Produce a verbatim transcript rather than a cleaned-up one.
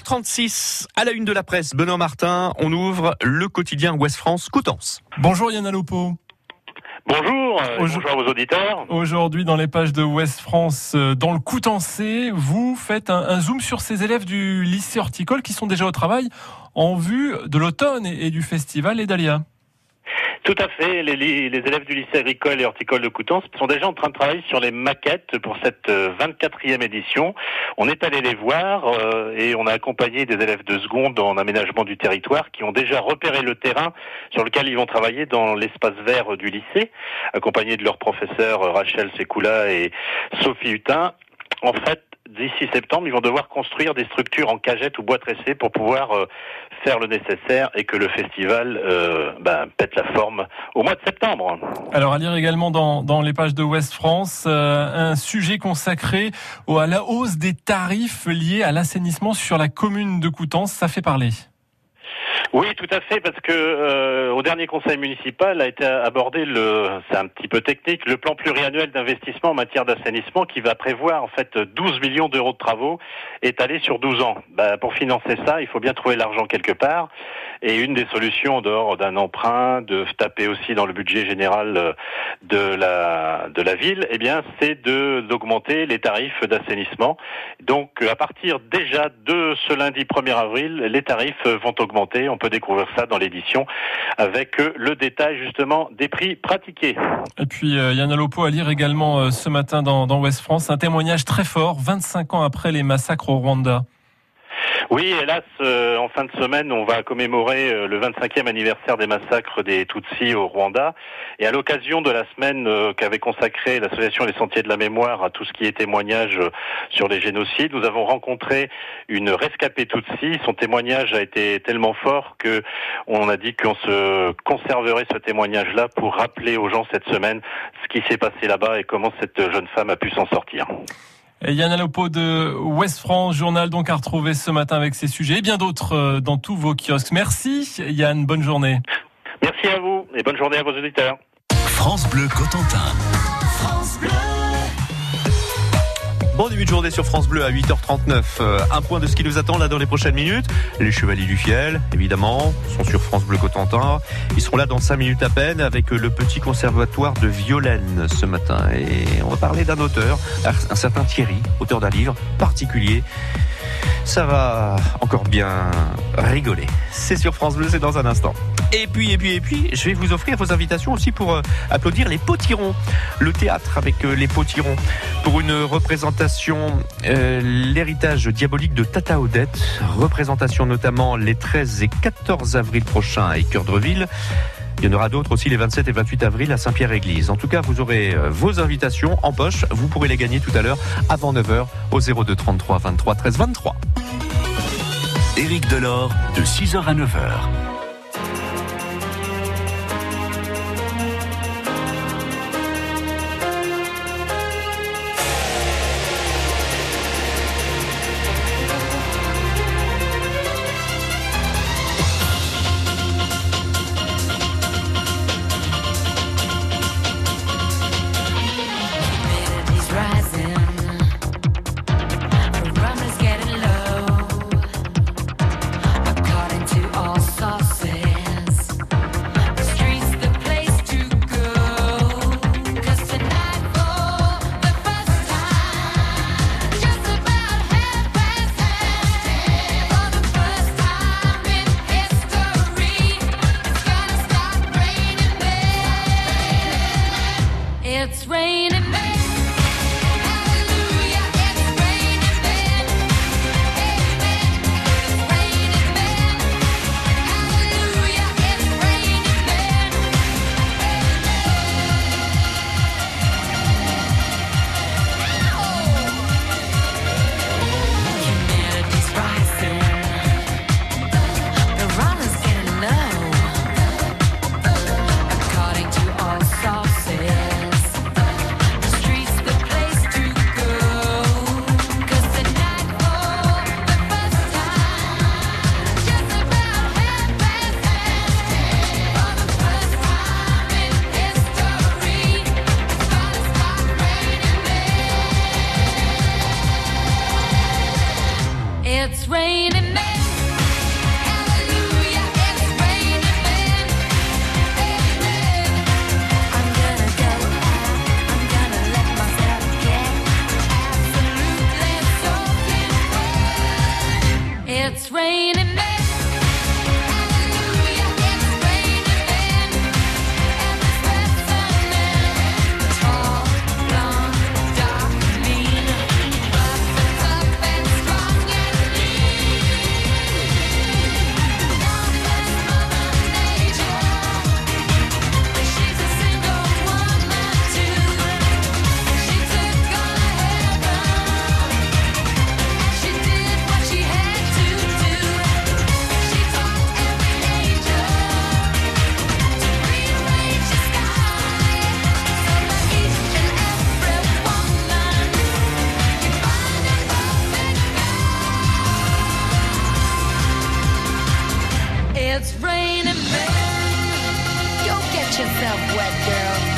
trente-six, à la une de la presse, Benoît Martin, on ouvre le quotidien Ouest France Coutances. Bonjour Yann Alopo. Bonjour, euh, Aujourd- bonjour à vos auditeurs. Aujourd'hui, dans les pages de Ouest France, euh, dans le Coutançais, vous faites un, un zoom sur ces élèves du lycée horticole qui sont déjà au travail en vue de l'automne et, et du festival Les Dahlias. Tout à fait, les, les élèves du lycée agricole et horticole de Coutances sont déjà en train de travailler sur les maquettes pour cette vingt-quatrième édition. On est allé les voir euh, et on a accompagné des élèves de seconde en aménagement du territoire qui ont déjà repéré le terrain sur lequel ils vont travailler dans l'espace vert du lycée, accompagnés de leurs professeurs Rachel Sekoula et Sophie Hutin. En fait, d'ici septembre, ils vont devoir construire des structures en cagette ou bois tressé pour pouvoir euh, faire le nécessaire et que le festival euh, ben, pète la forme au mois de septembre. Alors à lire également dans, dans les pages de Ouest France, euh, un sujet consacré au, à la hausse des tarifs liés à l'assainissement sur la commune de Coutances. Ça fait parler. Oui, tout à fait, parce que euh, au dernier conseil municipal a été abordé le, c'est un petit peu technique, le plan pluriannuel d'investissement en matière d'assainissement qui va prévoir en fait douze millions d'euros de travaux étalés sur douze ans. Bah, pour financer ça, il faut bien trouver l'argent quelque part. Et une des solutions, en dehors d'un emprunt, de taper aussi dans le budget général de la de la ville, eh bien, c'est de d'augmenter les tarifs d'assainissement. Donc, à partir déjà de ce lundi premier avril, les tarifs vont augmenter. On peut découvrir ça dans l'édition avec le détail justement des prix pratiqués. Et puis euh, Yann Alopo à lire également euh, ce matin dans, dans Ouest France un témoignage très fort, vingt-cinq ans après les massacres au Rwanda. Oui, hélas, euh, en fin de semaine, on va commémorer euh, le vingt-cinquième anniversaire des massacres des Tutsis au Rwanda. Et à l'occasion de la semaine euh, qu'avait consacrée l'association Les Sentiers de la Mémoire à tout ce qui est témoignage euh, sur les génocides, nous avons rencontré une rescapée Tutsi. Son témoignage a été tellement fort que on a dit qu'on se conserverait ce témoignage-là pour rappeler aux gens cette semaine ce qui s'est passé là-bas et comment cette jeune femme a pu s'en sortir. Et Yann Alopo de Ouest France, journal donc à retrouver ce matin avec ces sujets et bien d'autres dans tous vos kiosques. Merci Yann, bonne journée. Merci à vous et bonne journée à vos auditeurs. France Bleu Cotentin. France Bleu. Bon début de journée sur France Bleu à huit heures trente-neuf. Euh, un point de ce qui nous attend là dans les prochaines minutes. Les Chevaliers du Fiel, évidemment, sont sur France Bleu Cotentin. Ils seront là dans cinq minutes à peine avec le petit conservatoire de Violaine ce matin. Et on va parler d'un auteur, un certain Thierry, auteur d'un livre particulier. Ça va encore bien rigoler. C'est sur France Bleu, c'est dans un instant. Et puis, et puis, et puis, je vais vous offrir vos invitations aussi pour euh, applaudir les Potirons. Le théâtre avec euh, les Potirons. Pour une représentation, euh, l'héritage diabolique de Tata Odette. Représentation notamment les treize et quatorze avril prochains à Écuerdreville. Il y en aura d'autres aussi les vingt-sept et vingt-huit avril à Saint-Pierre-Église. En tout cas, vous aurez vos invitations en poche. Vous pourrez les gagner tout à l'heure avant neuf heures au zéro deux trente-trois vingt-trois treize vingt-trois. Éric Delors, de six heures à neuf heures. It's raining men. yourself wet, girl.